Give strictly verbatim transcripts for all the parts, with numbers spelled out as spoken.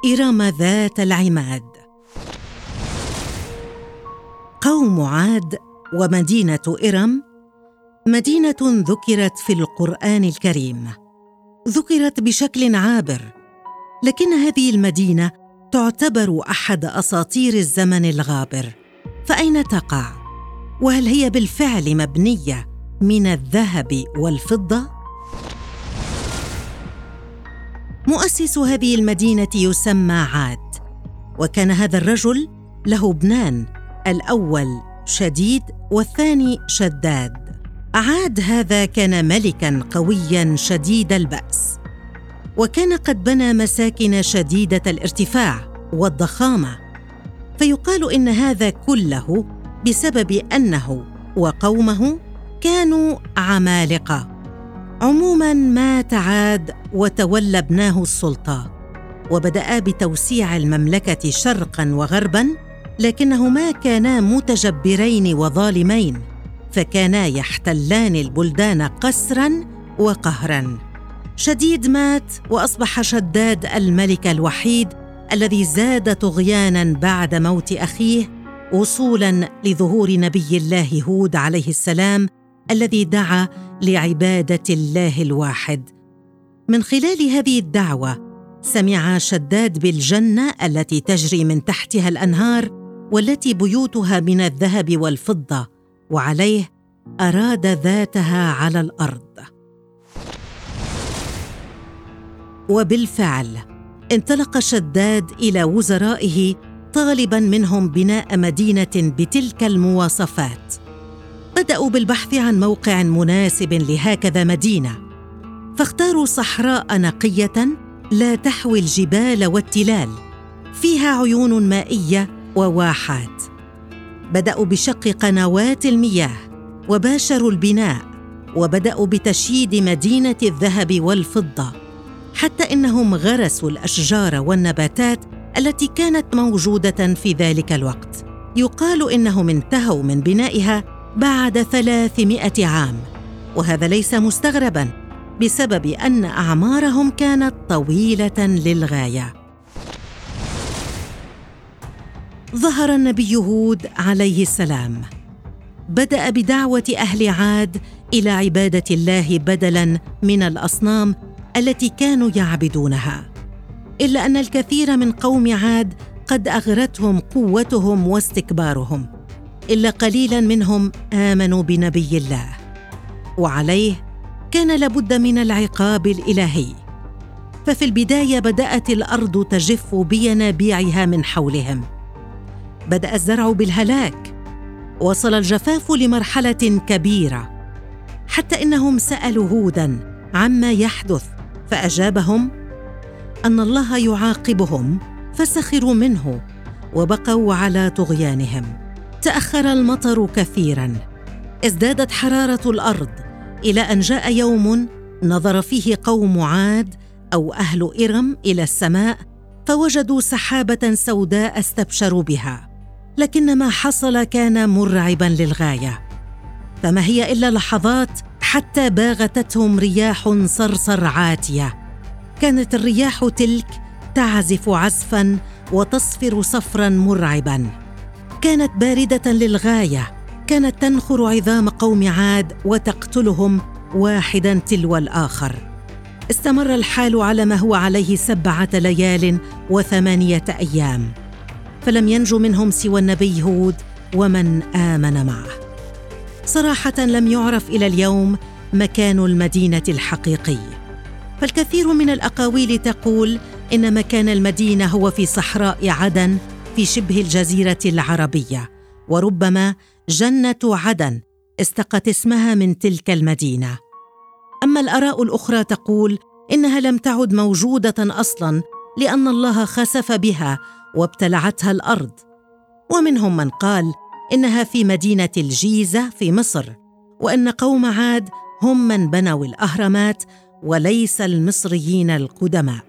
إرم ذات العماد. قوم عاد ومدينة إرم مدينة ذكرت في القرآن الكريم، ذكرت بشكل عابر، لكن هذه المدينة تعتبر أحد أساطير الزمن الغابر. فأين تقع؟ وهل هي بالفعل مبنية من الذهب والفضة؟ مؤسس هذه المدينة يسمى عاد، وكان هذا الرجل له ابنان، الأول شديد والثاني شداد. عاد هذا كان ملكاً قوياً شديد البأس، وكان قد بنى مساكن شديدة الارتفاع والضخامة، فيقال إن هذا كله بسبب أنه وقومه كانوا عمالقة. عموماً مات عاد وتولى ابناه السلطة، وبدأ بتوسيع المملكة شرقاً وغرباً، لكنهما كانا متجبرين وظالمين، فكانا يحتلان البلدان قسراً وقهراً. شديد مات وأصبح شداد الملك الوحيد الذي زاد طغياناً بعد موت أخيه، وصولاً لظهور نبي الله هود عليه السلام الذي دعا لعبادة الله الواحد. من خلال هذه الدعوة سمع شداد بالجنة التي تجري من تحتها الأنهار، والتي بيوتها من الذهب والفضة، وعليه أراد ذاتها على الأرض. وبالفعل انطلق شداد إلى وزرائه طالباً منهم بناء مدينة بتلك المواصفات. بدأوا بالبحث عن موقع مناسب لهكذا مدينة، فاختاروا صحراء نقية لا تحوي الجبال والتلال، فيها عيون مائية وواحات. بدأوا بشق قنوات المياه وباشروا البناء، وبدأوا بتشييد مدينة الذهب والفضة، حتى إنهم غرسوا الأشجار والنباتات التي كانت موجودة في ذلك الوقت. يقال إنهم انتهوا من بنائها بعد ثلاثمائة عام، وهذا ليس مستغرباً بسبب أن أعمارهم كانت طويلة للغاية. ظهر النبي هود عليه السلام، بدأ بدعوة أهل عاد إلى عبادة الله بدلاً من الأصنام التي كانوا يعبدونها، إلا أن الكثير من قوم عاد قد أغرتهم قوتهم واستكبارهم، إلا قليلاً منهم آمنوا بنبي الله، وعليه كان لابد من العقاب الإلهي. ففي البداية بدأت الأرض تجف بينابيعها من حولهم، بدأ الزرع بالهلاك، وصل الجفاف لمرحلة كبيرة، حتى إنهم سألوا هوداً عما يحدث، فأجابهم أن الله يعاقبهم، فسخروا منه وبقوا على طغيانهم. تأخر المطر كثيراً، ازدادت حرارة الأرض، إلى أن جاء يوم نظر فيه قوم عاد أو أهل إرم إلى السماء، فوجدوا سحابة سوداء استبشروا بها، لكن ما حصل كان مرعباً للغاية. فما هي إلا لحظات حتى باغتتهم رياح صرصر عاتية. كانت الرياح تلك تعزف عزفاً وتصفر صفراً مرعباً، كانت باردة للغاية، كانت تنخر عظام قوم عاد وتقتلهم واحداً تلو الآخر. استمر الحال على ما هو عليه سبعة ليال وثمانية أيام، فلم ينجو منهم سوى النبي هود ومن آمن معه. صراحة لم يعرف إلى اليوم مكان المدينة الحقيقي، فالكثير من الأقاويل تقول إن مكان المدينة هو في صحراء عدن في شبه الجزيرة العربية، وربما جنة عدن استقت اسمها من تلك المدينة. أما الآراء الأخرى تقول إنها لم تعد موجودة أصلاً، لأن الله خسف بها وابتلعتها الأرض. ومنهم من قال إنها في مدينة الجيزة في مصر، وأن قوم عاد هم من بنوا الأهرامات وليس المصريين القدماء.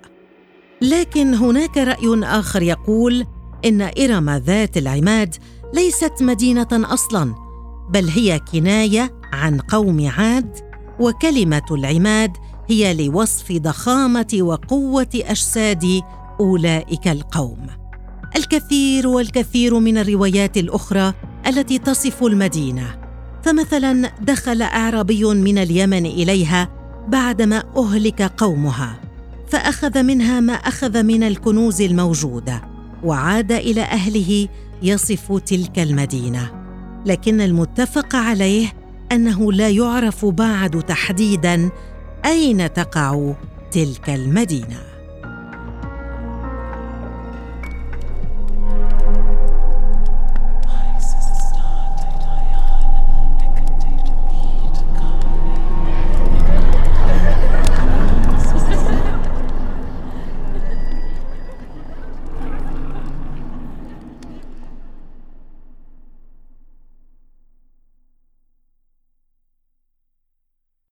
لكن هناك رأي آخر يقول إن إرم ذات العماد ليست مدينة أصلاً، بل هي كناية عن قوم عاد، وكلمة العماد هي لوصف ضخامة وقوة أجساد أولئك القوم. الكثير والكثير من الروايات الأخرى التي تصف المدينة، فمثلا دخل أعرابي من اليمن إليها بعدما أهلك قومها، فأخذ منها ما أخذ من الكنوز الموجودة، وعاد إلى أهله يصف تلك المدينة. لكن المتفق عليه أنه لا يعرف بعد تحديداً أين تقع تلك المدينة.